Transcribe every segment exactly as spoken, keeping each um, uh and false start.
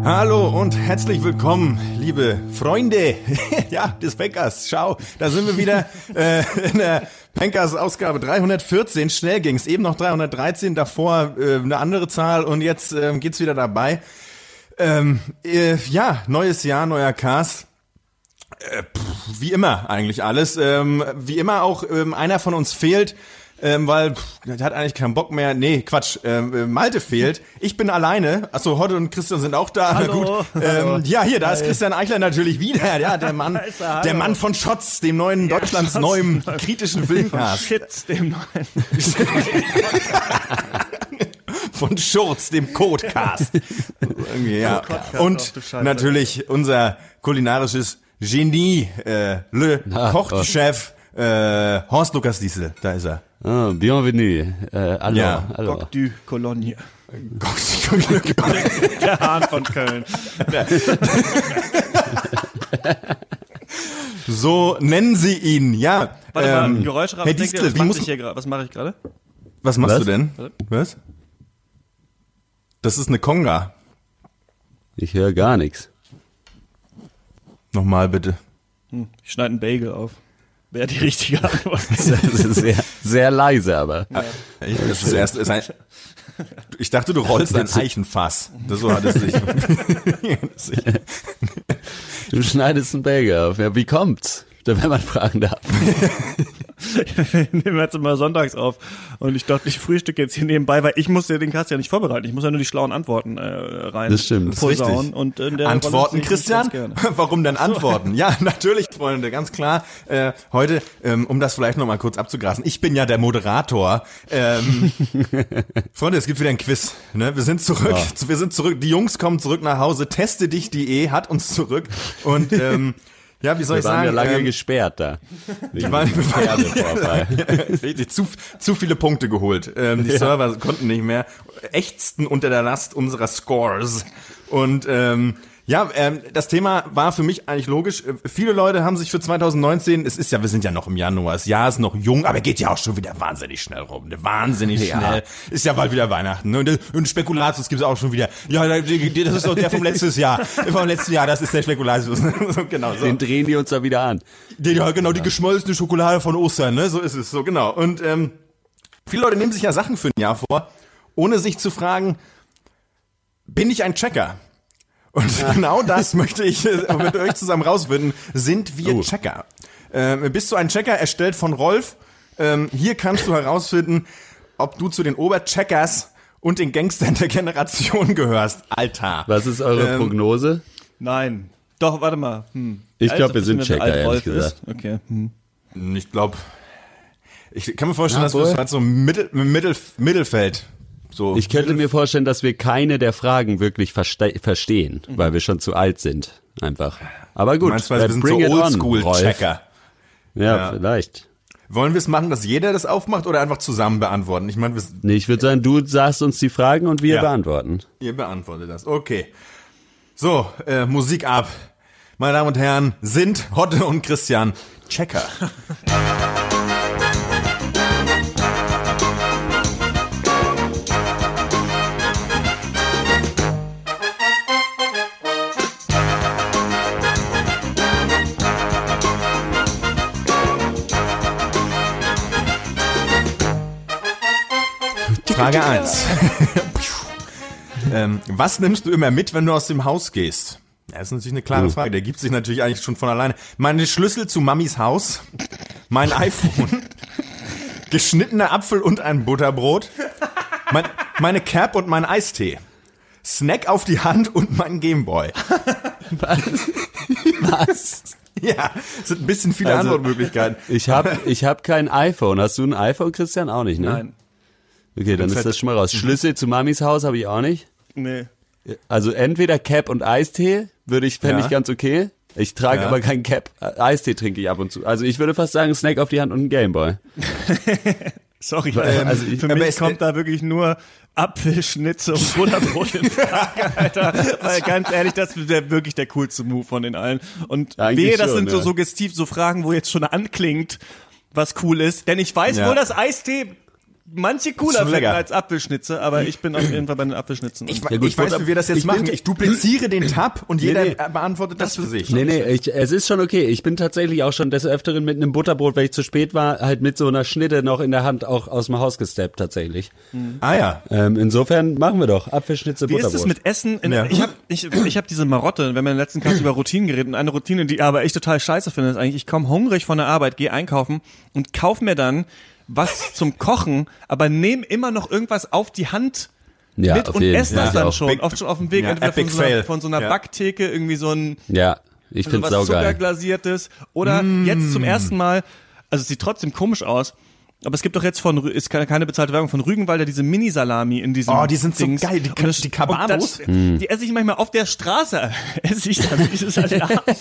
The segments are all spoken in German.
Hallo und herzlich willkommen, liebe Freunde, ja, des Pankers. Schau, da sind wir wieder äh, in der Pankers-Ausgabe dreihundertvierzehn. Schnell ging's, eben noch dreihundertdreizehn, davor äh, eine andere Zahl und jetzt äh, geht's wieder dabei. Ähm, äh, ja, neues Jahr, neuer Cast. Äh, pff, wie immer eigentlich alles. Ähm, wie immer auch ähm, einer von uns fehlt. Ähm, weil pff, der hat eigentlich keinen Bock mehr. Nee, Quatsch, ähm, Malte fehlt. Ich bin alleine. Achso, Hotte und Christian sind auch da. Hallo. Gut. Ähm, ja, hier, da ist Christian Eichler natürlich wieder. Ja, der Mann, der Mann von Schotz, dem neuen ja, Deutschlands Schotz, neuem kritischen Filmcast. Shitz, dem neuen. Von Schurz, dem Codecast. Irgendwie, ja. Und natürlich unser kulinarisches Genie, äh, Le ah, Kochchef, äh, Horst Lukas Diesel. Da ist er. Ah, bienvenue. Äh, hallo, ja. hallo. Gok du Cologne. Gok du Cologne. Der Hahn von Köln. So nennen sie ihn, ja. Warte ähm, mal, Geräusche Herr Diesel, wie muss ich Was mache ich gerade? Was machst Was? du denn? Was? Das ist eine Conga. Ich höre gar nichts. Nochmal bitte. Hm, ich schneide einen Bagel auf. Wäre die richtige Antwort. Das ist sehr, sehr leise, aber. Ja. Ich, das ist erst, ist ein, ich dachte, du rollst ein Eichenfass. Das so hat es sich. Du schneidest einen Bagel auf. Ja, wie kommt's? Wenn man fragen darf. Wir nehmen jetzt immer sonntags auf und ich dachte, ich frühstücke jetzt hier nebenbei, weil ich muss ja den Cast ja nicht vorbereiten. Ich muss ja nur die schlauen Antworten äh, rein. Das stimmt. Posaunen. Und in der Antworten, Christian? Warum denn Antworten? Ja, natürlich, Freunde, ganz klar. Äh, heute, ähm, um das vielleicht nochmal kurz abzugrasen, ich bin ja der Moderator. Ähm, Freunde, es gibt wieder ein Quiz. Ne? Wir sind zurück. Ja. Wir sind zurück. Die Jungs kommen zurück nach Hause. Teste dich, die E hat uns zurück. Und ähm, ja, wie soll wir ich sagen? Wir waren ja lange ähm, gesperrt da. Die waren, richtig, zu, zu viele Punkte geholt. Ähm, die ja. Server konnten nicht mehr. Ächzten unter der Last unserer Scores. Und ähm, ja, ähm, das Thema war für mich eigentlich logisch. Viele Leute haben sich für zwanzig neunzehn, es ist ja, wir sind ja noch im Jahr, das Jahr ist noch jung, aber geht ja auch schon wieder wahnsinnig schnell rum. Wahnsinnig ja. schnell. Ist ja bald wieder Weihnachten. Ne? Und Spekulatius gibt's auch schon wieder. Ja, das ist doch der vom letztes Jahr. Vom letzten Jahr, das ist der Spekulatius. Genau so. Den drehen die uns da wieder an. Ja, genau, die geschmolzene Schokolade von Ostern, ne? So ist es, so genau. Und ähm, viele Leute nehmen sich ja Sachen für ein Jahr vor, ohne sich zu fragen, bin ich ein Checker? Und ja. genau das möchte ich mit euch zusammen rausfinden. Sind wir oh. Checker? Ähm, bist du ein Checker, erstellt von Rolf? Ähm, hier kannst du herausfinden, ob du zu den Obercheckers und den Gangstern der Generation gehörst. Alter. Was ist eure ähm, Prognose? Nein. Doch, warte mal. Hm. Ich glaube, wir sind Checker, ehrlich gesagt. Ist. Okay. Hm. Ich glaube, ich kann mir vorstellen, ja, dass wir halt so Mittel, Mittel, Mittelfeld. So, ich könnte mir vorstellen, dass wir keine der Fragen wirklich verste- verstehen, mhm. weil wir schon zu alt sind, einfach. Aber gut, meinst du, wir sind so Oldschool-Checker. Ja, ja, vielleicht. Wollen wir es machen, dass jeder das aufmacht oder einfach zusammen beantworten? Ich meine, wir nee, ich würde sagen, du sagst uns die Fragen und wir ja. beantworten. Ihr beantwortet das, okay. So, äh, Musik ab. Meine Damen und Herren, sind Hotte und Christian Checker. Frage eins. ähm, was nimmst du immer mit, wenn du aus dem Haus gehst? Ja, das ist natürlich eine klare Frage. Der gibt sich natürlich eigentlich schon von alleine. Meine Schlüssel zu Mamis Haus, mein iPhone, geschnittener Apfel und ein Butterbrot, mein, meine Cap und mein Eistee, Snack auf die Hand und mein Gameboy. Was? Was? Ja, es sind ein bisschen viele also, Antwortmöglichkeiten. Ich habe ich hab kein iPhone. Hast du ein iPhone, Christian? Auch nicht, ne? Nein. Okay, dann ist das schon mal raus. Schlüssel zu Mamis Haus habe ich auch nicht. Nee. Also entweder Cap und Eistee würde ich, fände Ja. ich ganz okay. Ich trage Ja. aber keinen Cap. Eistee trinke ich ab und zu. Also ich würde fast sagen, Snack auf die Hand und ein Gameboy. Sorry, Ähm, also ich, für mich es, kommt da wirklich nur Apfelschnitze und Butterbrot in Frage, Alter. Weil ganz ehrlich, das wäre wirklich der coolste Move von den allen. Und Eigentlich wehe, das schon, sind so ja. suggestiv, so Fragen, wo jetzt schon anklingt, was cool ist. Denn ich weiß Ja. wohl, dass Eistee manche cooler finden als Apfelschnitze, aber ich bin auf jeden Fall bei den Apfelschnitzen. Ich, Ja, gut, ich weiß, wie wir das jetzt ich machen. bin- Ich dupliziere den Tab und jeder nee. beantwortet das für sich. Nee, nee, ich, es ist schon okay. Ich bin tatsächlich auch schon des Öfteren mit einem Butterbrot, weil ich zu spät war, halt mit so einer Schnitte noch in der Hand auch aus dem Haus gesteppt tatsächlich. Ah ja. Ähm, insofern machen wir doch Apfelschnitze, Wie Butterbrot. ist es mit Essen? In, Ja. Ich habe ich, ich hab diese Marotte, wenn wir in den letzten Cast über Routinen geredet und eine Routine, die aber ich total scheiße finde, ist eigentlich, ich komme hungrig von der Arbeit, gehe einkaufen und kauf mir dann was zum Kochen, aber nehme immer noch irgendwas auf die Hand Ja, mit auf und jeden esse Fall. das Ja, dann auch. schon, Big- oft schon auf dem Weg, ja, entweder von epic so, einer, fail. von so einer Ja. Backtheke, irgendwie so ein Ja, ich so find's was saugeil. Zuckerglasiertes oder jetzt zum ersten Mal, also es sieht trotzdem komisch aus, aber es gibt doch jetzt von, Rü- ist keine, keine bezahlte Werbung von Rügenwalder, diese Mini-Salami in diesem Oh, die sind so Dings. geil, die- Und das- die Cabanos. und das- Die esse ich manchmal auf der Straße, esse ich dann dieses halt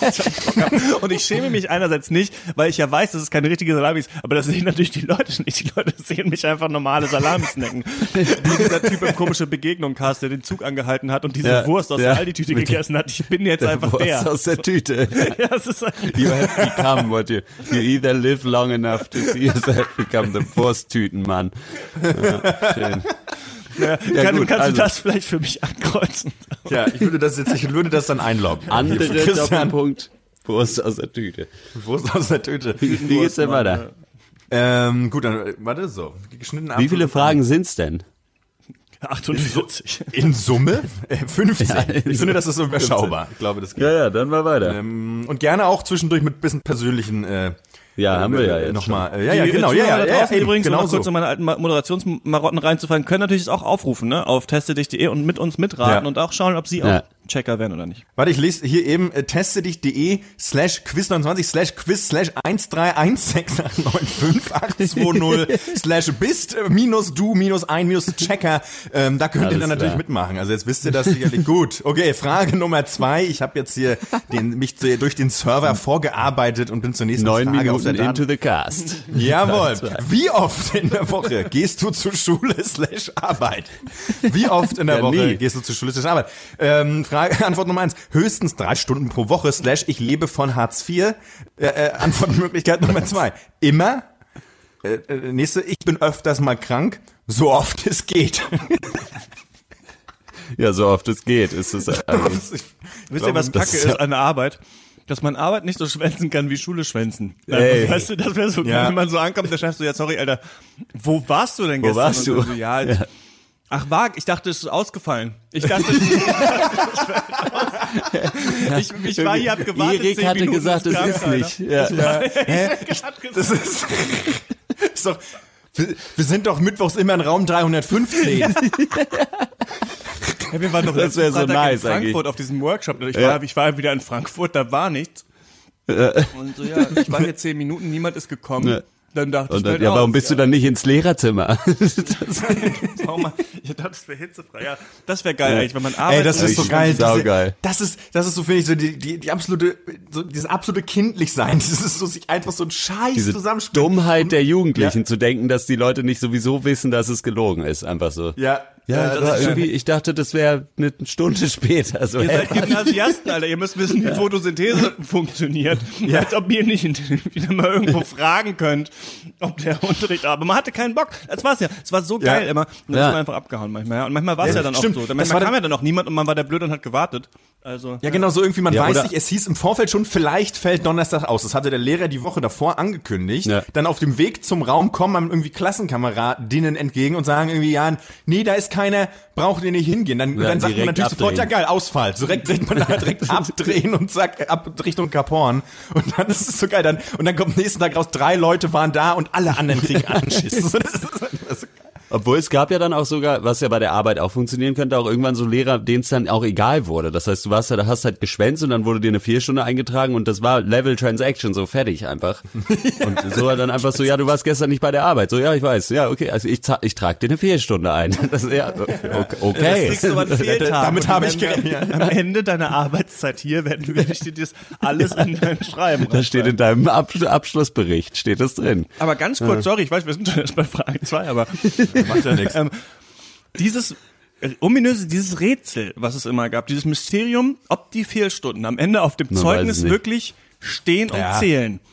und ich schäme mich einerseits nicht, weil ich ja weiß, dass es keine richtige Salami ist, aber das sehen natürlich die Leute nicht. Die Leute sehen mich einfach normale Salami snacken. Wie dieser Typ im komische Begegnung Cast, der den Zug angehalten hat und diese Ja, Wurst aus ja. der Aldi-Tüte Mit gegessen hat. Ich bin jetzt einfach Wurst der. aus der Tüte. Ja, es ist You have become what you, you either live long enough to see yourself become the Wursttütenmann. Ja, schön. Ja, Ja, kann, gut, kannst also- du das vielleicht für mich ankreuzen? Ja, ich würde das jetzt, ich würde das dann einloggen. Andere Christian, Doppelpunkt, Wurst aus der Tüte. Wurst aus der Tüte. Wie geht's denn weiter? Ähm, gut, dann, äh, warte, so. Geschnitten Wie viele Fragen sind's denn? achtundvierzig. In Summe? Äh, fünfzehn. Ja, in ich finde, das ist so Summe. überschaubar. Ich glaube, das geht. Ja, ja, dann mal weiter. Ähm, und gerne auch zwischendurch mit bisschen persönlichen, äh, Ja, haben wir ja jetzt nochmal. Äh, ja, ja, Die genau, ja, Zuhörer ja, da ja, draußen eben, übrigens, um genau mal kurz so. in meine alten Ma- Moderationsmarotten reinzufallen, können natürlich das auch aufrufen, ne, auf testedich punkt de und mit uns mitraten Ja. und auch schauen, ob sie Ja. auch Checker werden oder nicht. Warte, ich lese hier eben äh, testedich.de slash quiz neunundzwanzig slash quiz slash eins drei eins sechs acht neun fünf acht zwei null slash bist äh, minus du minus ein minus Checker. Ähm, da könnt ihr Alles dann natürlich klar. mitmachen. Also jetzt wisst ihr das sicherlich gut. Okay, Frage Nummer zwei. Ich habe jetzt hier den, mich zu, durch den Server vorgearbeitet und bin zur nächsten Neun Frage auf der Minuten Daten. into the cast. Jawohl. Wie oft in der Woche gehst du zur Schule slash Arbeit? Wie oft in der Ja, Woche nie. gehst du zur Schule slash Arbeit? Ähm, Frage, Antwort Nummer eins. Höchstens drei Stunden pro Woche slash ich lebe von Hartz vier. Äh, äh, Antwortmöglichkeit Nummer zwei. Immer. Äh, äh, nächste. Ich bin öfters mal krank. So oft es geht. Ja, so oft es geht, ist es. Also, Ich Wisst glaube, ihr, was das Kacke ist ist ja- an der Arbeit? Dass man Arbeit nicht so schwänzen kann wie Schule schwänzen. Ey. Weißt du, das wäre so geil, Ja. wenn man so ankommt, der Chef so, ja, sorry, Alter, wo warst du denn Wo gestern? warst Und du? So, ja, ja. Ach, wag, ich dachte, es ist ausgefallen. Ich dachte, es ich, ich war hier, hab gewartet, Erik zehn hatte Minuten, gesagt, es krank, ist Alter. nicht. Ja. Erik hat gesagt, Das ist, ist doch, wir, wir sind doch mittwochs immer in Raum dreihundertfünfzehn. ja, wir waren doch Das letzten wär so Freitag nice in Frankfurt eigentlich. auf diesem Workshop. Ich, Ja. war, ich war wieder in Frankfurt, da war nichts. Und so, ja, ich war hier zehn Minuten, niemand ist gekommen. Ja. Dann dachte Und ich, dann, halt ja, warum aus, bist ja. du dann nicht ins Lehrerzimmer? Warum mal- Ich dachte, das wäre hitzefrei. Ja, das wäre geil Ja. eigentlich, wenn man arbeitet. Ey, das ist so Ich geil. find's saugeil. Diese, das ist, das ist so, finde ich, so die, die, die absolute, so dieses absolute Kindlichsein. Dieses so, sich einfach so ein Scheiß Diese zusammenspielen. Dummheit der Jugendlichen Ja. zu denken, dass die Leute nicht sowieso wissen, dass es gelogen ist. Einfach so. Ja. Ja, äh, aber ist- irgendwie, ich dachte, das wäre eine Stunde später. So, Ihr hey, seid Gymnasiasten, Alter. Ihr müsst wissen, wie Photosynthese funktioniert. Als ob ihr nicht wieder mal irgendwo fragen könnt, ob der Unterricht, aber man hatte keinen Bock. Das war's ja. Es war so Ja. geil immer. Und dann Ja. ist man einfach abgehauen manchmal. Ja. Und manchmal war es ja, Ja, dann stimmt. auch so. Das Manchmal war kam dann- ja dann auch niemand und man war der Blöd und hat gewartet. Also. Ja, genau, so irgendwie, man Ja, weiß oder- nicht, es hieß im Vorfeld schon, vielleicht fällt Donnerstag aus. Das hatte der Lehrer die Woche davor angekündigt. Ja. Dann auf dem Weg zum Raum kommen einem irgendwie Klassenkameradinnen entgegen und sagen irgendwie, ja, nee, da ist keiner, braucht ihr nicht hingehen. Dann, Ja, dann sagt man direkt natürlich sofort, ja abdrehen. geil, Ausfall. Direkt, direkt, man da direkt abdrehen und zack, ab Richtung Kaporn. Und dann ist es so geil. Dann, und dann kommt nächsten Tag raus, drei Leute waren da und alle anderen kriegen Anschiss. So, das ist, das ist, Obwohl es gab ja dann auch sogar, was ja bei der Arbeit auch funktionieren könnte, auch irgendwann so Lehrer, denen es dann auch egal wurde. Das heißt, du warst ja, da hast halt geschwänzt und dann wurde dir eine Vierstunde eingetragen und das war Level Transaction, so fertig einfach. Und so dann einfach so, ja, du warst gestern nicht bei der Arbeit. So, ja, ich weiß. Ja, okay, also ich, ich trage dir eine Vierstunde ein. Das ist ja, okay. Das kriegst du aber einen Fehltag. Damit Und habe ich wenn wir- gerechnet. Am Ende deiner Arbeitszeit hier werden wir dir das alles in dein Schreiben Das steht in deinem Ab Abschlussbericht, steht das drin. Aber ganz kurz, sorry, ich weiß, wir sind schon erst bei Frage zwei, aber macht ja nichts. ähm, dieses äh, ominöse, dieses Rätsel, was es immer gab, dieses Mysterium, ob die Fehlstunden am Ende auf dem Man weiß Zeugnis es nicht. wirklich stehen und Ja. zählen.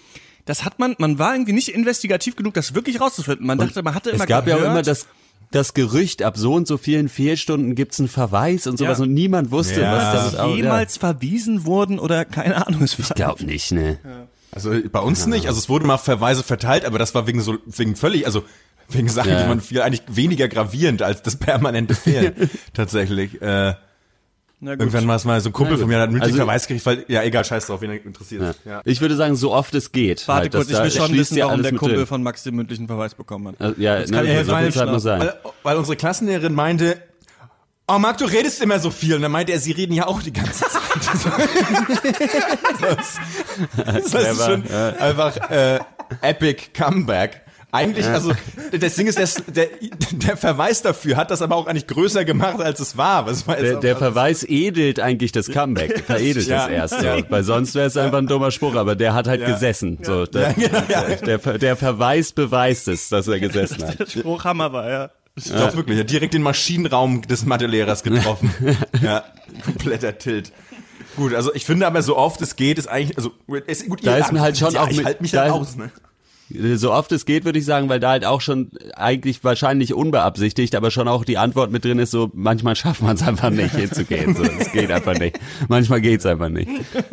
das hat man, man war irgendwie nicht investigativ genug, das wirklich rauszufinden. Man dachte, man hatte immer Es gab gehört, ja auch immer das, das Gerücht, ab so und so vielen Fehlstunden gibt's einen Verweis und sowas Ja. und niemand wusste, Ja. was dass das sie auch, ja. jemals verwiesen wurden oder keine Ahnung. Es Ich war, glaube nicht, ne. Also bei uns nicht. Also es wurde mal Verweise verteilt, aber das war wegen so wegen völlig, also wegen Sachen, Ja. die man viel eigentlich weniger gravierend als das permanente Fehlen tatsächlich. Äh, na gut. irgendwann war es mal so ein Kumpel Na von gut. mir, der hat einen mündlichen Also- Verweis gekriegt, weil ja egal, scheiß drauf, wen er interessiert. Ja. Ja. Ich würde sagen, so oft es geht. Warte halt, kurz, dass ich da will schon schließt wissen, ja warum alles der mit Kumpel drin. von Max den mündlichen Verweis bekommen hat. Also, ja, kann ne, ich das jetzt muss halt mal nur sein. Weil, weil unsere Klassenlehrerin meinte, oh Marc, du redest immer so viel. Und dann meinte er, sie reden ja auch die ganze Zeit. das, das ist Clever, schon ja. einfach äh, epic Comeback. Eigentlich, also das Ding ist, das, der, der Verweis dafür hat das aber auch eigentlich größer gemacht, als es war. Was war jetzt Der, auch- der Verweis edelt eigentlich das Comeback, veredelt Ja. das erst, ja. Weil sonst wäre es einfach ein dummer Spruch, aber der hat halt Ja. gesessen. So, der, Ja, genau, ja. der, der, der Verweis beweist es, dass er gesessen hat. Der Spruch Hammer war, ja. Ich glaube wirklich, er hat direkt den Maschinenraum des Mathelehrers getroffen. Ja, kompletter Tilt. Gut, also ich finde aber, so oft es geht, ist eigentlich, also ist gut. Da ihr- ist mir halt schon ja, auch ich mit- halt mich da da ist- aus, ne? So oft es geht, würde ich sagen, weil da halt auch schon eigentlich wahrscheinlich unbeabsichtigt, aber schon auch die Antwort mit drin ist, so manchmal schafft man es einfach nicht hinzugehen. So, es geht einfach nicht. Manchmal geht's einfach nicht.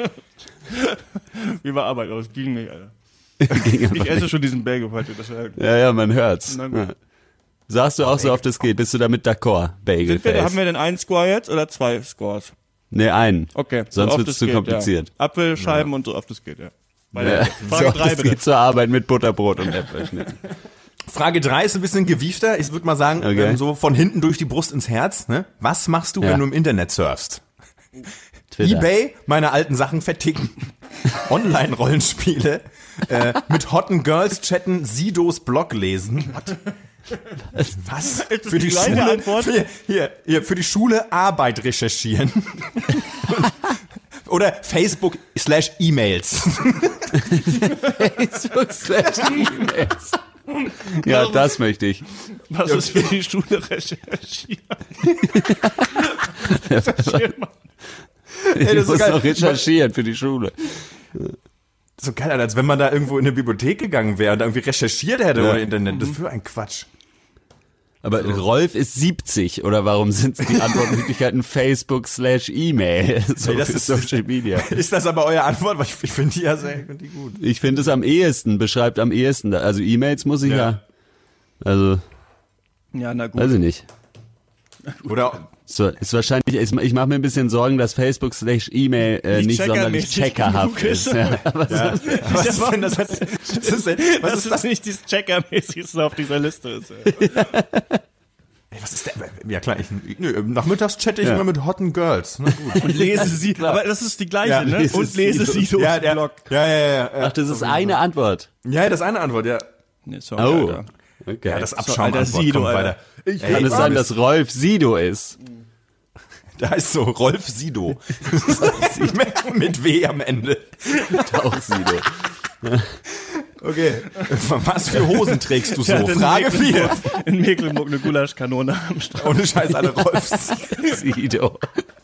Wie war Arbeit aus? Ging nicht, Alter. Ging einfach Ich esse nicht. schon diesen Bagel heute. Das war, Ja, ja, man hört's. Na gut. Ja. Sagst du auch so oft es geht? Bist du damit d'accord, Sind wir, Bagelface? haben wir denn einen Score jetzt oder zwei Scores? Nee, einen. Okay. Sonst so oft wird's es zu geht, kompliziert. Ja. Apfelscheiben und so oft es geht, ja. Bei Ja, der so Frage oft drei es bitte. geht zur Arbeit mit Butterbrot und Äpfelschnitten. Frage drei ist ein bisschen gewiefter. Ich würde mal sagen, Okay. ähm, so von hinten durch die Brust ins Herz. Ne? Was machst du, Ja. wenn du im Internet surfst? Twitter. eBay, meine alten Sachen verticken. Online-Rollenspiele. Äh, mit hotten Girls chatten, Sidos Blog lesen. What? Was? Ist das Für die die gleiche Schule, Antwort? Für, hier, hier, für die Schule Arbeit recherchieren. Oder Facebook slash E-Mails. Facebook slash E-Mails. Ja, das möchte ich. Was ist für die Schule recherchieren? Recherchiert mal. Ich das ist muss geil. noch recherchieren für die Schule. So geil, als wenn man da irgendwo in eine Bibliothek gegangen wäre und da irgendwie recherchiert hätte Ja. über Internet. Das ist für ein Quatsch. Aber Rolf ist siebzig, oder warum sind die Antwortmöglichkeiten Facebook slash E-Mail? So Ey, das für ist- Social Media. Ist das aber euer Antwort? Weil ich, ich finde die ja sehr ich find die gut. Ich finde es am ehesten, beschreibt am ehesten. Also E-Mails muss ich ja. Ja. Also, Ja, na gut. weiß ich nicht. Oder So, ist wahrscheinlich, ich, ich mache mir ein bisschen Sorgen, dass Facebook slash E-Mail äh, Nicht nicht sonderlich checkermäßig checkerhaft genug ist. ist. Ja, aber ja. was ist denn das? Was ist, denn, was das ist ist das? nicht das Checkermäßigste auf dieser Liste ist. Ja. Ey, was ist denn? Ja klar, ich, nö, nachmittags chatte ich Ja. immer mit hotten Girls. Na gut. Und lese sie, aber das ist die gleiche, Ja, ne? lese Und lese sie. sie durch ja, den ja, Blog. ja, ja, ja, ja. Ach, das ist eine Antwort. Ja, das ist eine Antwort, ja. Nee, sorry, Oh, Alter. okay. Ja, das So, Abschaum alter Sido, kommt Alter. weiter. Ich, Kann es sein, dass Rolf Sido ist? Der heißt so Rolf Sido. mit, mit W am Ende. Auch Sido. Okay. Was für Hosen trägst du so? Der hat in Frage vier. Mecklenburg- In Mecklenburg eine Gulaschkanone am Strand. Ohne Scheiß, alle Rolf Sido.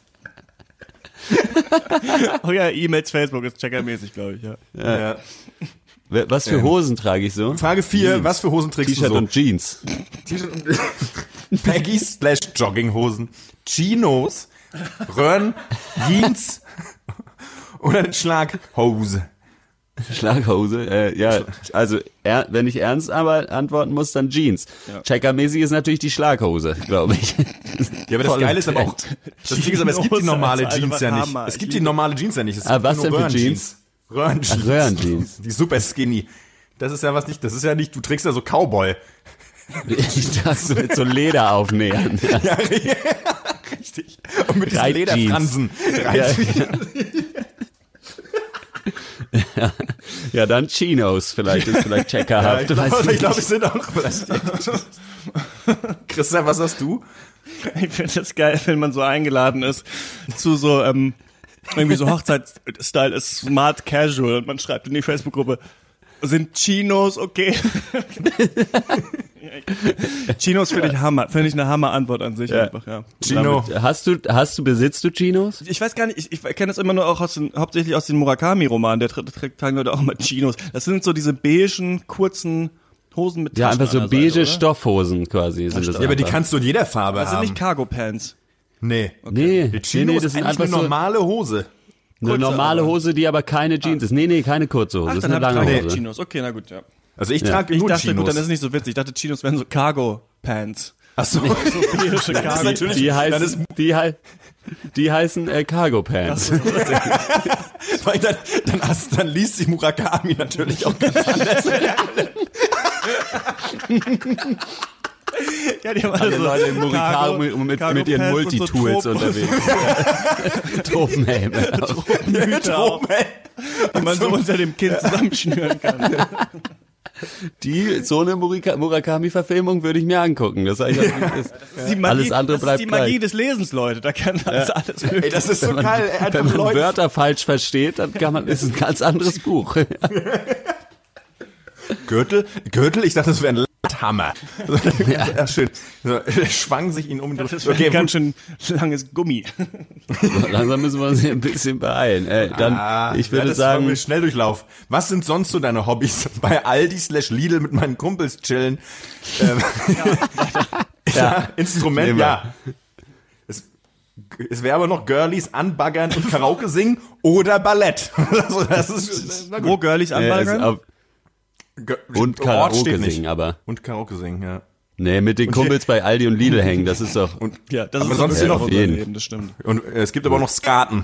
Oh ja, E-Mails, Facebook ist checkermäßig, glaube ich, ja. Ja. Was für Hosen trage ich so? Frage vier. Was für Hosen trägst T-Shirt du so? und Jeans. T-Shirt und Peggy's slash Jogginghosen, Chinos, Röhren, Jeans oder eine Schlaghose. Schlaghose, äh, ja, also er, wenn ich ernst aber antworten muss, dann Jeans. Checkermäßig ist natürlich die Schlaghose, glaube ich. Ja, aber das Voll Geile ist aber auch, Trend. das Ding ist aber, es gibt die normale Alter, Jeans was ja nicht. Hammer. Es Ich gibt die liebe- normale Jeans ja nicht. Es Ah, gibt was nur denn für Röhrenjeans. Röhrenjeans. Röhrenjeans. Die super skinny. Das ist ja was nicht, das ist ja nicht, du trägst ja so Cowboy. Ich trage so mit so Lederaufnähern. Ja. Ja, richtig. Und mit diesen Reitjeans. Lederfransen. Reitjeans. Ja. Ja, dann Chinos, vielleicht ist vielleicht Ja, checkerhaft. ich weiß glaube, ich ich glaub, nicht. es sind auch vielleicht. Christian, was hast du? Ich finde das geil, wenn man so eingeladen ist zu so, ähm, irgendwie so Hochzeitsstyle ist smart casual und man schreibt in die Facebook-Gruppe, Sind Chinos okay? Chinos finde ich Hammer, finde ich eine Hammer-Antwort an sich Ja. einfach, ja. Chino. Damit, hast du, hast du, besitzt du Chinos? Ich weiß gar nicht, ich, ich kenne das immer nur auch aus den, hauptsächlich aus den Murakami-Romanen, der trägt trägt- tragen Leute auch immer Chinos. Das sind so diese beigen, kurzen Hosen mit Taschen Ja, einfach so an der Seite, beige oder? Stoffhosen quasi sind das Ja, aber die einfach. kannst du in jeder Farbe Das sind haben. nicht Cargo-Pants. Nee. Nee, Die nee, Chino nee, ist das sind eigentlich einfach eine so normale Hose. eine kurze normale aber. Hose, die aber keine Jeans ist. Nee, nee, keine kurze Hose, Ach, das ist dann eine habe ich lange keine Hose. Chinos. Okay, na gut, ja. Also ich Ja. trage Ich nur dachte, Chinos. gut, dann ist es nicht so witzig. Ich dachte, Chinos wären so Cargo-Pants. Ach so. So beige Cargo. natürlich- Die Dann heißen, die, hei die heißen äh, Cargo Pants. Weil dann, dann, hast, dann liest sich Murakami natürlich auch ganz anders. Ja, die haben alle Alle so Leute im Murakami Cargo- mit, Cargo mit ihren Pants und so Multitools Tropen- unterwegs. Tropenhelme. Hüte auf, die man so unter dem Kinn zusammenschnüren kann. Die, so eine Murika- Murakami-Verfilmung würde ich mir angucken. Das, heißt, das Das ist die Magie, Alles andere das bleibt ist die Magie gleich. des Lesens, Leute. Da kann alles, alles möglich. Ey, das ist so wenn man, geil. Er hat wenn von man Leuten, Wörter falsch versteht, dann kann man, ist es ein ganz anderes Buch. Gürtel? Gürtel? Ich dachte, das wäre ein Latthammer. Ja. Ja, schön. So, er schwang sich ihn um. Das ist okay, ganz schön langes Gummi. Langsam müssen wir uns hier ein bisschen beeilen. Äh, dann, Ah, ich würde ja, das sagen, war mir Schnelldurchlauf. Was sind sonst so deine Hobbys? Bei Aldi slash Lidl mit meinen Kumpels chillen. Ähm, ja, Ja. Instrument, Nehmen wir. ja. Es, es wäre aber noch Girlies anbaggern und Karaoke singen oder Ballett. Also das ist, na Wo gut. Girlies äh, es anbaggern? auf, Ge- und Ort Karaoke steht nicht. singen, aber Und Karaoke singen, ja. nee, mit den Kumpels bei Aldi und Lidl hängen, das ist doch Und, Ja, das aber ist sonst so noch auf jeden. Leben, das stimmt. und äh, es gibt aber auch noch Skaten.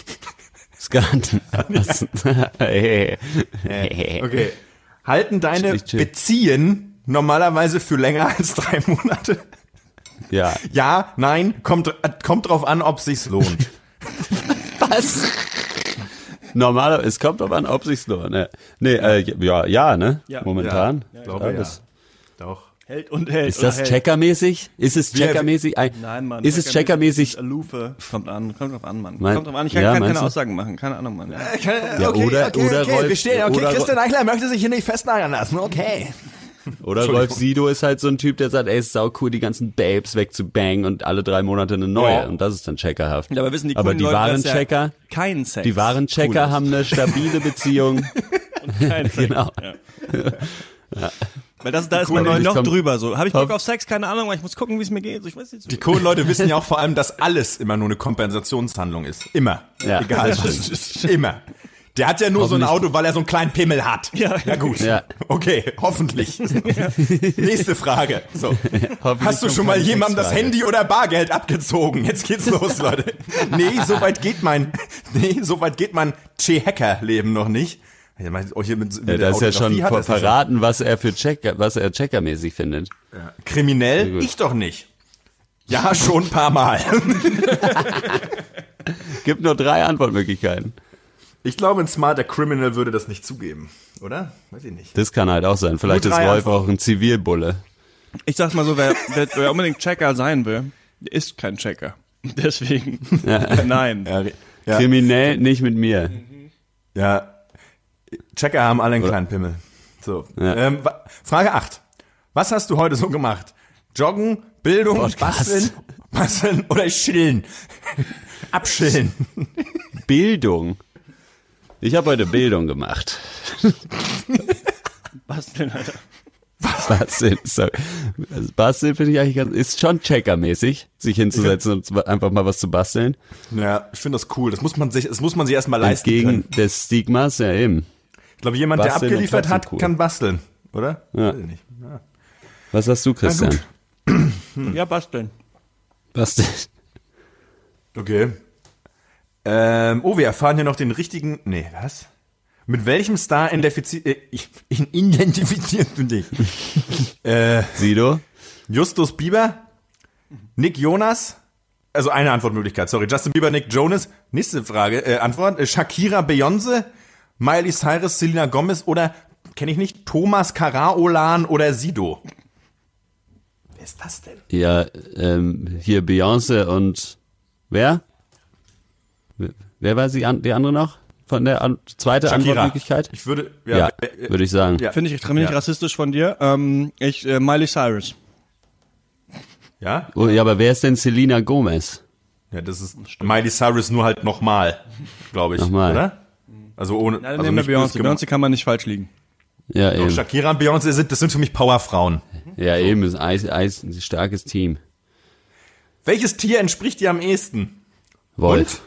Skat. Was? Hey. Okay. Halten deine Nicht chill. Beziehen normalerweise für länger als drei Monate? Ja. Ja, nein, kommt, äh, kommt drauf an, ob sich's lohnt. Was? Normaler, es kommt drauf an, ob sich's lohnt. Ne, nee, äh, ja, ja, ne? Ja. Momentan. Ich glaube, ja. das- Doch. Hält und hält. Ist das oder hält. checkermäßig? Ist es checkermäßig? Ein- Nein, Mann. Ist es checkermäßig? Alufe. Kommt an, kommt drauf an, Mann. Mein- kommt drauf an. Ich kann, ja, kann meinst keine du? Aussagen machen. Keine Ahnung, Mann. Ja, oder- oder Rolf- wir stehen, okay, oder- Christian Eichler möchte sich hier nicht festnageln lassen, okay. Oder Rolf Sido ist halt so ein Typ, der sagt, ey, ist sau cool, die ganzen Babes wegzubangen und alle drei Monate eine neue. Ja. Und das ist dann checkerhaft. Ja, aber wissen die aber coolen die Leute, wahren dass ja Checker, kein Sex. die wahren Checker cool ist. haben eine stabile Beziehung. Kein Sex. Genau. Ja. Weil das, da ist Cool, man ich noch komm- drüber so. Habe ich Bock Hoff- auf Sex? Keine Ahnung, aber ich muss gucken, wie es mir geht. Ich weiß nicht. Die coolen Leute wissen ja auch vor allem, dass alles immer nur eine Kompensationshandlung ist. Immer. Ja. Egal Das was. Immer. Der hat ja nur so ein Hoffentlich- Auto, weil er so einen kleinen Pimmel hat. Ja. Ja gut. Ja. Okay, hoffentlich. Nächste Frage. So. Hoffentlich Hast du kommt schon mal keine jemandem das Sexfrage. Handy oder Bargeld abgezogen? Jetzt geht's los, Leute. Nee, so weit geht mein, nee, so weit geht mein Che-Hacker-Leben noch nicht. Ich meine, auch hier mit, mit Ja, der das ist ja schon Autografie hat ver das nicht so. verraten, was er für Checker, was er checkermäßig findet. Kriminell? Sehr gut. Ich doch nicht. Ja, schon ein paar Mal. Gibt nur drei Antwortmöglichkeiten. Ich glaube, ein smarter Criminal würde das nicht zugeben, oder? Weiß ich nicht. Das kann halt auch sein. Vielleicht Nur ist drei Rolf Antworten. auch ein Zivilbulle. Ich sag's mal so, wer, wer, wer unbedingt Checker sein will, der ist kein Checker. Deswegen, nein. Ja, ja, Kriminell nicht mit mir. ja. Checker haben alle einen kleinen Pimmel. So. Ja. Ähm, wa- Frage acht. Was hast du heute so gemacht? Joggen, Bildung, Podcast. basteln, basteln oder chillen? Abschillen. Bildung. Ich habe heute Bildung gemacht. Basteln, Alter. Basteln, sorry. Also Basteln finde ich eigentlich ganz, ist schon checkermäßig, sich hinzusetzen und einfach mal was zu basteln. Ja, ich finde das cool. Das muss man sich, das muss man sich erstmal leisten Entgegen können. des Stigmas, ja eben. Ich glaube, jemand, der Basteln und abgeliefert trotzdem hat, cool. kann basteln, oder? Ja. Weiß ich nicht. Ja. Was hast du, Christian? gut. Ja, basteln. Basteln. Okay. Ähm, oh, wir erfahren hier noch den richtigen. Nee, was? Mit welchem Star identifizi- äh, ich- identifizierst du dich? äh, Sido? Justus Bieber? Nick Jonas? Also eine Antwortmöglichkeit, sorry. Justin Bieber, Nick Jonas. Nächste Frage, äh, Antwort. Äh, Shakira, Beyoncé? Miley Cyrus, Selena Gomez oder, kenne ich nicht, Thomas Karaolan oder Sido? Wer ist das denn? Ja, ähm, hier Beyoncé und wer? Wer war sie, an- die andere noch? von der an, zweite Shakira. Antwortmöglichkeit? Ich würde, Ja, ja, würde ich sagen. Ja. Finde ich extrem nicht Ja. rassistisch von dir. Ähm, ich, äh, Miley Cyrus. ja, Oh, ja, aber wer ist denn Selena Gomez? ja, das ist Miley Cyrus nur halt nochmal, glaube ich, Nochmal. oder? Also ohne, Ja, dann also nehmen wir nicht böse Beyoncé. gemacht. Beyoncé kann man nicht falsch liegen. Ja, Doch, eben. Shakira und Beyoncé sind, das sind für mich Powerfrauen. Ja, eben, ist Eis, Eis, ein starkes Team. Welches Tier entspricht dir am ehesten? Wolf.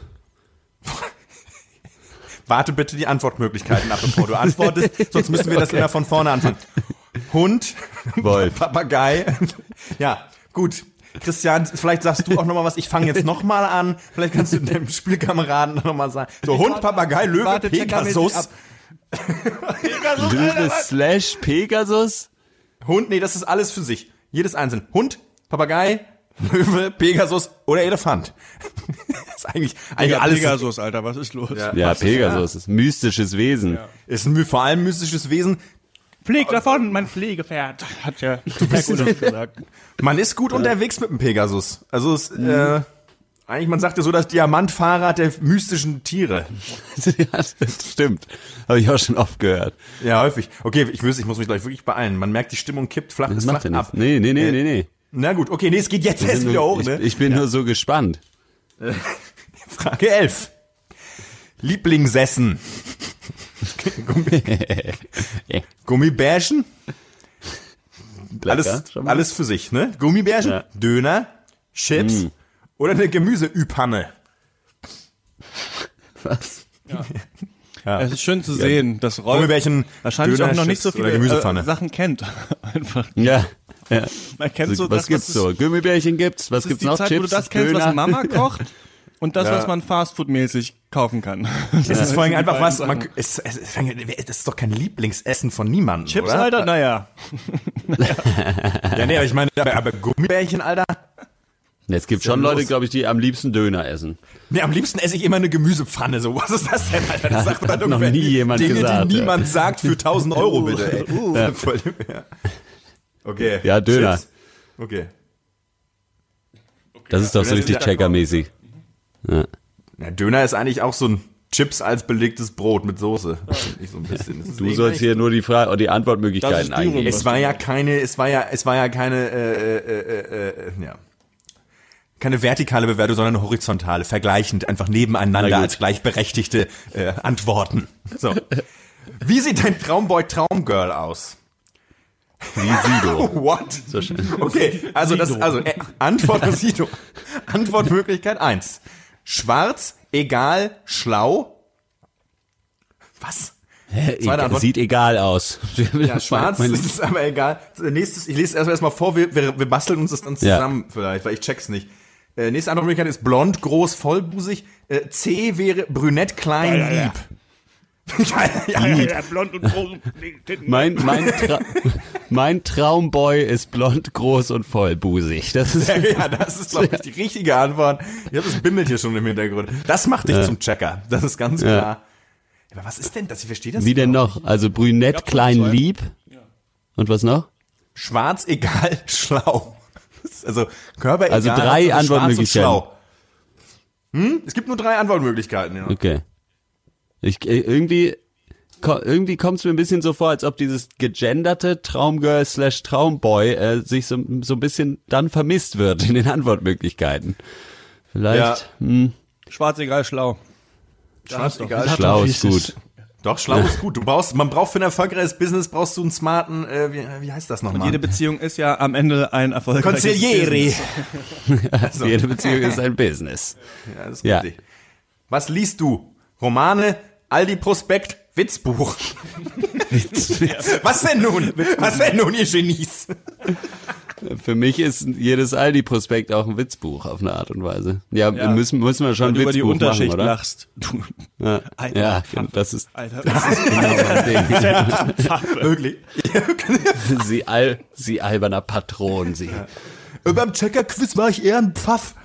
Warte bitte die Antwortmöglichkeiten ab, bevor du antwortest, sonst müssen wir das immer von vorne anfangen. Hund, Wolf. Papagei. Ja, gut. Christian, vielleicht sagst du auch nochmal was. Ich fange jetzt nochmal an. Vielleicht kannst du deinem Spielkameraden nochmal sagen. So, Hund, Papagei, Löwe, Warte, Pegasus. ab. Löwe slash Pegasus? Hund, nee, das ist alles für sich. Jedes einzelne. Hund, Papagei, Löwe, Pegasus oder Elefant. Das ist eigentlich, eigentlich Ja, alles. Pegasus, Alter, was ist los? Ja. Ja, Was ist- Pegasus ist ein mystisches Wesen. Ist ein vor allem mystisches Wesen. Flieg davon, mein Pflegepferd, hat ja Herkules gesagt. Man ist gut unterwegs mit dem Pegasus. Also es, äh, eigentlich, man sagt ja so, das Diamantfahrrad der mystischen Tiere. Ja, das stimmt. Habe ich auch schon oft gehört. Ja, häufig. Okay, ich, muss, ich muss mich gleich wirklich beeilen. Man merkt, die Stimmung kippt, flach Das ist macht flach ja ab. nichts. Nee, nee, nee, nee, nee. Na gut, okay, nee, es geht jetzt Ich erst bin wieder nur- hoch, ich, ne? ich bin nur so gespannt. Frage elf. Lieblingsessen. Gummi, Gummibärchen? Alles, Lecker, schon mal. alles für sich, ne? Gummibärchen, Ja. Döner, Chips Mm. oder eine Gemüseüpanne. Was? Es ist schön zu sehen, dass Rolf Gummibärchen, wahrscheinlich Döner, auch noch nicht so Chips oder viele Gemüsepfanne. äh, Sachen kennt. Einfach. Ja. ja. Man kennt so was das, gibt's was so? Gummibärchen gibt's? Was Das ist gibt's die noch? Zeit, Chips, wo du das kennst, Döner? was Mama kocht und das, Ja. was man fastfood-mäßig kaufen kann. Es ist vor allem die einfach beiden was, Sachen. man, es, es, es, das ist doch kein Lieblingsessen von niemandem, Chips, oder? Alter? Naja. Ja, nee, aber ich meine, aber, aber Gummibärchen, Alter? Es gibt denn schon Leute, los? glaube ich, die am liebsten Döner essen. Nee, am liebsten esse ich immer eine Gemüsepfanne, so. Was ist das denn, Alter? Das sagt dann Hat noch irgendwer nie jemand Dinge, gesagt, die ja. niemand sagt für tausend Euro, bitte, ey. Ja. Voll, ja. Okay. Ja, Döner. Chips. Okay. Das ist doch so Döner richtig sind ja- checkermäßig. Ja. Ja, Döner ist eigentlich auch so ein Chips als belegtes Brot mit Soße. Ich so ein bisschen. Das ist Du eh sollst hier nur die Frage und die Das Antwortmöglichkeiten ist die eingeben. Es war ja keine, es war ja, es war ja keine, äh, äh, äh, äh, ja, keine vertikale Bewertung, sondern eine horizontale, vergleichend, einfach Na nebeneinander gut. als gleichberechtigte äh, Antworten. So. Wie sieht dein Traumboy Traumgirl aus? Wie Sido. What? So schön. Okay, also das, also äh, Antwort Sido. Antwortmöglichkeit eins. Schwarz, egal, schlau. Was? Zweite Antwort. Sieht egal aus. Ja, schwarz Mein- ist aber egal. Nächstes, ich lese erstmal vor, wir, wir, wir basteln uns das dann zusammen vielleicht, weil ich check's nicht. Äh, nächste Antwortmöglichkeit ist blond, groß, vollbusig. Äh, C wäre brünett, klein, Ja, ja, ja. lieb. Ja, ja, ja, ja. blond und groß. Mein, mein, Tra mein Traumboy ist blond, groß und vollbusig. Das ist Ja, das ist, glaube ich, die richtige Antwort. Ich habe das bimmelt hier schon im Hintergrund. Das macht dich zum Checker. Das ist ganz Ja. klar. Aber was ist denn das? Ich verstehe das Wie denn überhaupt noch? Also brünett, Gab's noch klein, zwei? lieb. Und was noch? nicht. Schwarz, egal, schlau. Also Körper, Also egal. drei Hauptsache schwarz und Antwortmöglichkeiten. schlau. Hm? Es gibt nur drei Antwortmöglichkeiten. Ja. Okay. Ich, äh, irgendwie, ko irgendwie kommt es mir ein bisschen so vor, als ob dieses gegenderte Traumgirl slash Traumboy äh, sich so, so ein bisschen dann vermisst wird in den Antwortmöglichkeiten. Vielleicht, hm, Schwarz, egal, schlau. Schwarz, egal, schlau wie ist es gut. ist. Doch, schlau ist gut. Du brauchst, man braucht für ein erfolgreiches Business, brauchst du einen smarten, äh, wie, wie heißt das nochmal? Jede Beziehung ist ja am Ende ein erfolgreiches Consigliere. Business. Also, Jede Beziehung ist ein Business. ja, das ist Ja. richtig. Was liest du? Romane, Aldi Prospekt, Witzbuch. Was denn nun? Was denn nun, ihr Genies? Für mich ist jedes Aldi-Prospekt auch ein Witzbuch auf eine Art und Weise. Ja, Ja. müssen, müssen wir schon Wenn ein du über die Witzbuch machen, Unterschicht oder? lachst. Du, Ja, Alter, ja Pfaffe. das ist Alter, das ist genau mein Ding. Wirklich? Sie, al, sie alberner Patron, sie. Äh, Beim Checker-Quiz war ich eher ein Pfaff.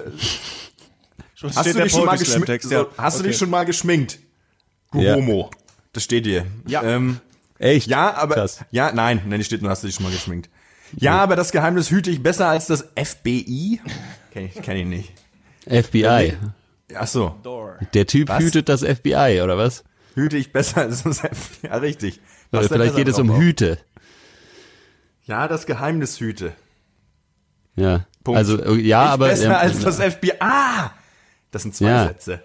schon Hast steht du der dich schon mal Poetry Slam geschminkt? Text, So, ja. hast du Okay. dich schon mal geschminkt? Du Ja. Homo. Das steht dir. Ja. Ähm, Echt? ja, aber, Krass. ja, nein, nein, steht nur, hast du dich schon mal geschminkt. Ja, aber das Geheimnis hüte ich besser als das F B I. Kenn ich, kenn ich nicht. F B I. Ach so. Door. Der Typ Was? hütet das F B I, oder was? Hüte ich besser als das F B I. Ja, richtig. Oder Was denn vielleicht besser geht es um drauf? Hüte. Ja, das Geheimnis hüte. Ja. Punkt. Also, äh, ja, Nicht aber. besser ähm, als das F B I. Ah! Das sind zwei Ja. Sätze.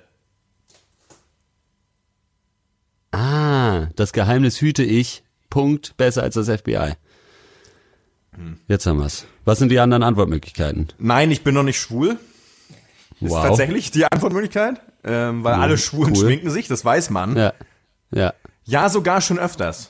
Ah, das Geheimnis hüte ich. Punkt. Besser als das F B I. Hm. Jetzt haben wir's. Was sind die anderen Antwortmöglichkeiten? Nein, ich bin noch nicht schwul. Ist Wow. tatsächlich die Antwortmöglichkeit. Ähm, weil alle Schwulen cool. schminken sich, das weiß man. Ja. Ja. Ja, sogar schon öfters.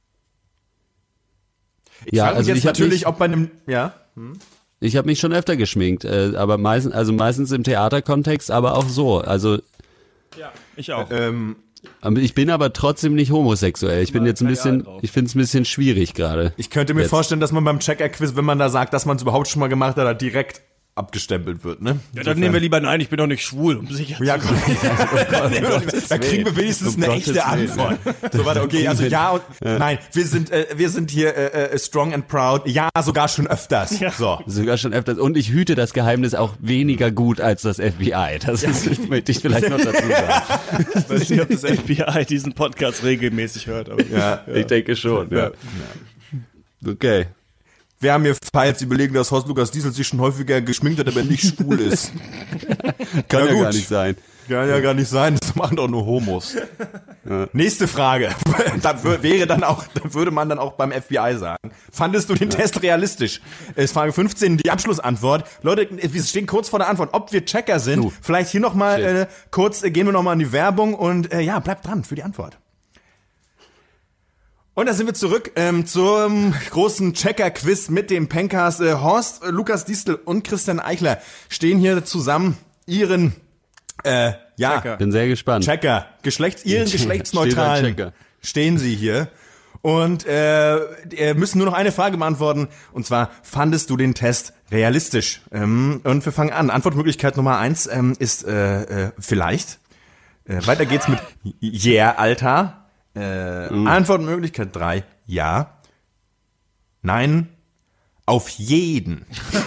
Ich Ja, frage mich also jetzt ich hab natürlich, mich- ob bei einem, ja, Ich habe mich schon öfter geschminkt, äh, aber meistens, also meistens im Theaterkontext, aber auch so. Also Ja, ich auch. ähm, aber ich bin aber trotzdem nicht homosexuell. Ich bin jetzt ein keine bisschen, Ahnung drauf. ich finde es ein bisschen schwierig gerade. ich könnte mir Jetzt. vorstellen, dass man beim Checker-Quiz, wenn man da sagt, dass man es überhaupt schon mal gemacht hat, da direkt abgestempelt wird, ne? Ja, dann nehmen wir lieber nein, ich bin doch nicht schwul, um sicher Ja, zu komm. Um Da kriegen wir wenigstens Um eine Gottes echte Willen. Antwort. So, warte, okay, also ja und nein, wir sind äh, wir sind hier äh, äh, strong and proud. Ja, sogar schon öfters. So. Sogar schon öfters. Und ich hüte das Geheimnis auch weniger gut als das F B I. Das ist, möchte ich vielleicht noch dazu sagen. Ich weiß nicht, ob das F B I diesen Podcast regelmäßig hört, aber Ja. Ich denke schon, ja. Okay. Wir haben hier Files, die belegen, dass Horst Lukas Diesel sich schon häufiger geschminkt hat, aber nicht schwul ist. Kann Ja, ja, gut. gar nicht sein. Kann ja gar nicht sein, das machen doch nur Homos. Nächste Frage. Da wür- wäre dann auch, da würde man dann auch beim F B I sagen. Fandest du den Test realistisch? Ist Frage fünfzehn, die Abschlussantwort. Leute, wir stehen kurz vor der Antwort, ob wir Checker sind. Du. Vielleicht hier nochmal Shit. äh, kurz, äh, gehen wir nochmal in die Werbung und äh, ja, bleibt dran für die Antwort. Und da sind wir zurück ähm, zum großen Checker-Quiz mit dem Pencast. Äh, Horst, äh, Lukas Diestel und Christian Eichler stehen hier zusammen ihren, äh, ja, Checker. Bin sehr gespannt. Checker, Geschlechts, ihren Steht geschlechtsneutralen ein Checker. stehen sie hier und äh, äh, müssen nur noch eine Frage beantworten und zwar, fandest du den Test realistisch? Ähm, und wir fangen an. Antwortmöglichkeit Nummer eins ähm, ist äh, äh, vielleicht. Äh, weiter geht's mit Yeah, Alter. Äh, Mhm. Antwortmöglichkeit drei, ja. Nein. Auf jeden.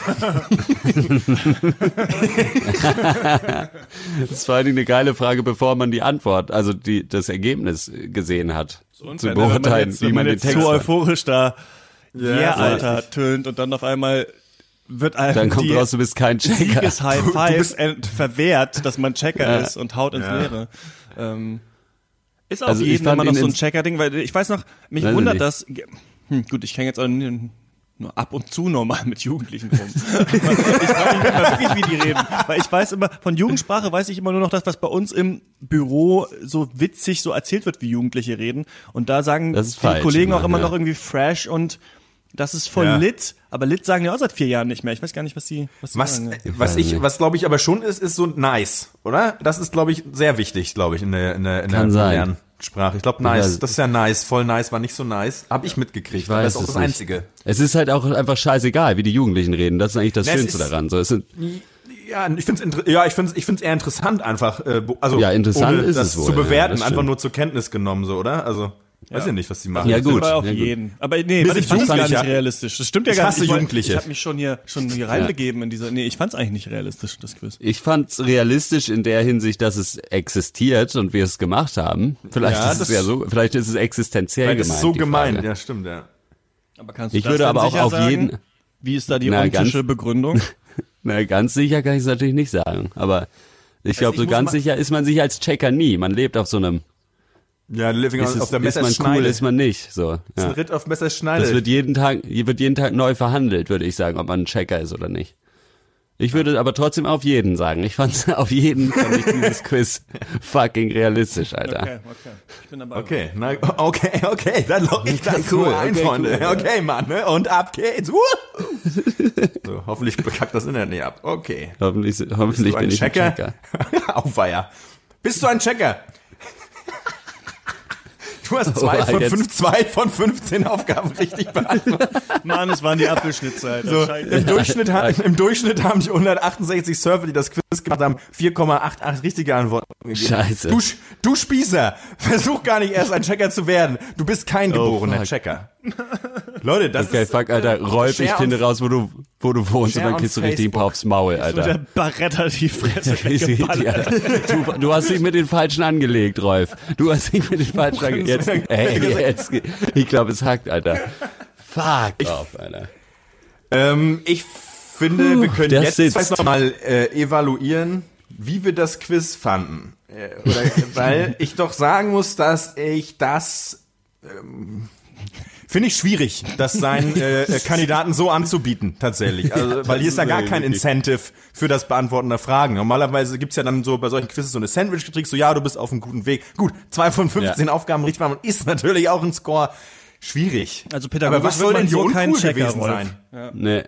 Das ist vor allen Dingen eine geile Frage, bevor man die Antwort, also die, das Ergebnis gesehen hat. Und zu wenn man beurteilen, jetzt, wie wenn man man den jetzt Text so hat. euphorisch da Ja, yeah, so Alter tönt und dann auf einmal wird einem Dann kommt die raus, du bist kein Checker. Sieges-High Du- du Five bist- ent- verwehrt, dass man Checker Ja. ist und haut ins Ja. Leere. Ähm, ist auf Also ich jeden fand immer noch ihn so ein ins- Checker-Ding, weil ich weiß noch, mich Weiß ich wundert nicht. das, hm, gut, ich kenne jetzt auch nur nur ab und zu normal mit Jugendlichen rum. ich frage mich immer wirklich, wie die reden. Weil ich weiß immer, von Jugendsprache weiß ich immer nur noch das, was bei uns im Büro so witzig so erzählt wird, wie Jugendliche reden. Und da sagen Das ist die falsch Kollegen immer, auch immer ja. noch irgendwie fresh und das ist voll Ja. lit. Aber lit sagen die auch seit vier Jahren nicht mehr. Ich weiß gar nicht, was die, was die Was, sagen. äh, Ich was weiß ich, nicht. was glaube ich aber schon ist, ist so nice, oder? Das ist, glaube ich, sehr wichtig, glaube ich, in der, in der, in der Kann sein. modernen Sprache. Ich glaube, nice, weiß- das ist ja nice, voll nice, war nicht so nice. Hab ich mitgekriegt, Ich aber weiß das ist auch es das nicht. Einzige. Es ist halt auch einfach scheißegal, wie die Jugendlichen reden. Das ist eigentlich das Na, es Schönste ist- daran. So, es sind, Ja, ich finde es ja, ich find's, ich find's eher interessant einfach, äh, bo- also Ja, interessant ohne ist das es wohl, zu ja, bewerten, das einfach stimmt. nur zur Kenntnis genommen, so, oder? Also, weiß ich nicht, was die machen. Ja, gut. Aber auf ja, gut. jeden. Aber nee, Wir warte, sind ich fand's gar nicht Jugendliche. realistisch. Das stimmt ja Ich gar hasse nicht. wollt- Jugendliche. Ich habe mich schon hier schon hier reinbegeben in diese. Nee, ich fand's eigentlich nicht realistisch, das Quiz. Ich fand's realistisch in der Hinsicht, dass es existiert und wir es gemacht haben. Vielleicht Ja, ist es das- ja so, vielleicht ist es existenziell Weil gemeint. das ist so die gemeint, Frage. ja, stimmt, ja. Aber kannst Ich das würde denn aber auch sicher auf sagen? jeden- Wie ist da die Na, optische ganz- Begründung? Na, ganz sicher kann ich es natürlich nicht sagen. Aber ich glaube, ich so muss ganz mal- sicher ist man sich als Checker nie. Man lebt auf so einem, Ja, Living ist, on, es, auf der ist man Messerschneide. cool, ist man nicht. So, Das ist ein ja. Ritt auf Messerschneide. Das wird jeden Tag, wird jeden Tag neu verhandelt, würde ich sagen, ob man ein Checker ist oder nicht. Ich würde aber trotzdem auf jeden sagen. Ich fand's auf jeden fand ich dieses Quiz fucking realistisch, Alter. Okay, okay. Ich bin dabei. Okay, na, okay, okay, dann log ich das Okay, so cool, ein, okay, Freunde. cool. Okay, Mann, ne? Und ab geht's. Wuhu. So, hoffentlich bekackt das Internet nicht ab. Okay. Hoffentlich, hoffentlich Bist du bin ein ich ein Checker? Checker. Auweia. Bist du ein Checker? Du hast zwei, Oh, von, jetzt. fünf, zwei von fünfzehn Aufgaben richtig beantwortet. Mann, es waren die Apfelschnitze, Alter. So, Scheiße. im, Durchschnitt, ha- Im Durchschnitt haben die hundertachtundsechzig Surfer, die das Quiz gemacht haben, vier Komma achtundachtzig richtige Antworten gegeben. Scheiße. Du, Sch- du Spießer, versuch gar nicht erst ein Checker zu werden. Du bist kein geborener fuck. Checker. Leute, das Okay, ist... fuck, Alter. äh, Rolf, ich Share finde und- raus, wo du, wo du wohnst Share und dann on kriegst du richtig ein Facebook. paar aufs Maul, Mit Alter. der Barretta die Fresse Ja, weggeballert. du, du hast dich mit den Falschen angelegt, Rolf. Du hast dich mit den Falschen angelegt. Jetzt, ey, jetzt, ich glaube, es hackt, Alter. Fuck off, Alter. Ähm, ich finde, wir können der jetzt sitzt. noch mal äh, evaluieren, wie wir das Quiz fanden. Äh, oder, weil ich doch sagen muss, dass ich das ähm, finde ich schwierig, das seinen äh, äh, Kandidaten so anzubieten, tatsächlich. Also, weil hier ist ja gar kein Incentive für das Beantworten der Fragen. Normalerweise gibt's ja dann so bei solchen Quizzes so eine Sandwich-Trick, so ja, du bist auf einem guten Weg. Gut, zwei von fünfzehn Ja. Aufgaben richtig machen ist natürlich auch ein Score. Schwierig. Also Aber pädagogisch was soll wird man denn hier so kein uncool Checker, gewesen Rolf. sein? Nee.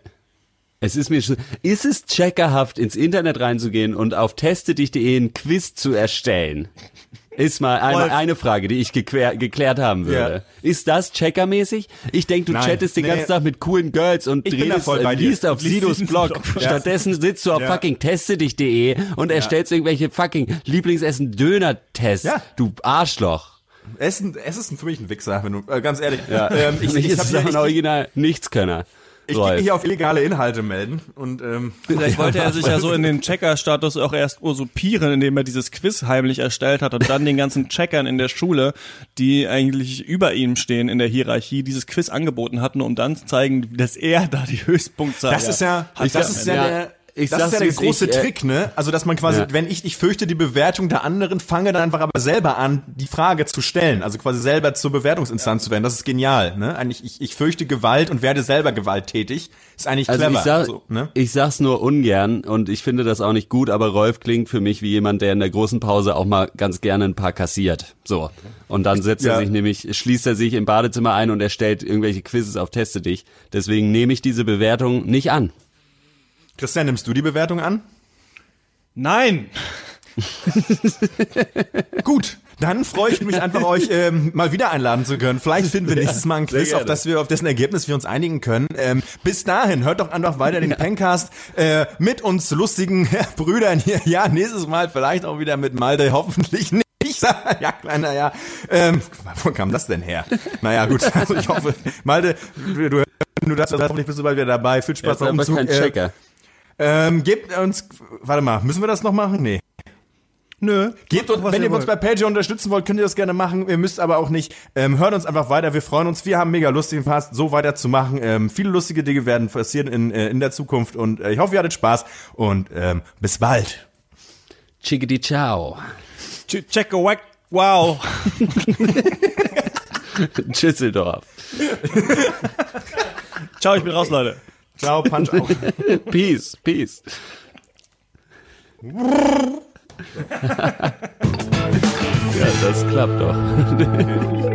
Es ist mir schon, ist es checkerhaft, ins Internet reinzugehen und auf teste dich punkt de ein Quiz zu erstellen? Ist mal eine, Rolf. eine Frage, die ich geklär, geklärt haben würde. Ja. Ist das checkermäßig? Ich denke, du Nein. chattest den Nee. ganzen Tag mit coolen Girls und Ich bin da redest, voll bei äh, dir. liest auf Liest Sidos diesen Blog. Blog. Stattdessen sitzt du auf Ja. fucking teste dich punkt de und erstellst irgendwelche fucking Lieblingsessen-Döner-Tests. Ja. Du Arschloch. Essen, es ist für mich ein Wichser, wenn du, äh, ganz ehrlich. Ja. Ähm, ich, Für mich ich, ist hab es ja, auch ein ich, Original Nichtskönner. ich Rolf. gehe hier auf illegale Inhalte melden und ähm, Vielleicht wollte er sich ja so in den Checker-Status auch erst usurpieren, indem er dieses Quiz heimlich erstellt hat und dann den ganzen Checkern in der Schule, die eigentlich über ihm stehen in der Hierarchie, dieses Quiz angeboten hat, nur um dann zu zeigen, dass er da die Höchstpunktzahl das ist ja, hat. das ist ja, ja, der, ich das ist sag's, ja der wie es große ich, äh, Trick, ne? Also, dass man quasi, Ja. wenn ich, ich fürchte die Bewertung der anderen, fange dann einfach aber selber an, die Frage zu stellen. Also quasi selber zur Bewertungsinstanz zu werden. Das ist genial, ne? Eigentlich, ich, ich fürchte Gewalt und werde selber gewalttätig. Ist eigentlich Also clever. ich, sag, so, ne? ich sag's nur ungern und ich finde das auch nicht gut, aber Rolf klingt für mich wie jemand, der in der großen Pause auch mal ganz gerne ein paar kassiert. So. Und dann setzt Ja. er sich nämlich, schließt er sich im Badezimmer ein und erstellt irgendwelche Quizzes auf Teste dich. Deswegen nehme ich diese Bewertung nicht an. Christian, nimmst du die Bewertung an? Nein! Gut, dann freue ich mich einfach, euch ähm, mal wieder einladen zu können. Vielleicht finden wir nächstes Mal ein Quiz, sehr auf das wir, auf dessen Ergebnis wir uns einigen können. Ähm, bis dahin, hört doch einfach weiter den Pencast äh, mit uns lustigen Brüdern hier. Ja, nächstes Mal vielleicht auch wieder mit Malte, hoffentlich nicht. Ja, kleiner, ja. Ähm, wo kam das denn her? Naja, gut, also ich hoffe, Malte, du, du, du das, hoffentlich bist du bald wieder dabei. Viel Er Spaß ist beim einfach Umzug. kein Checker. Äh, ähm, gebt uns, warte mal, müssen wir das noch machen? Nee. Nö. Gebt uns, wenn ihr uns bei Patreon unterstützen wollt, könnt ihr das gerne machen. Ihr müsst aber auch nicht. Ähm, hört uns einfach weiter. Wir freuen uns. Wir haben mega lustigen Spaß, so weiterzumachen. Ähm, viele lustige Dinge werden passieren in, äh, in der Zukunft. Und äh, ich hoffe, ihr hattet Spaß. Und ähm, bis bald. Chickadee ciao. Check a whack. Wow. Schüsseldorf. Ciao, ich bin raus, Leute. Ciao, Punch auch. Peace, peace. Ja, das klappt doch.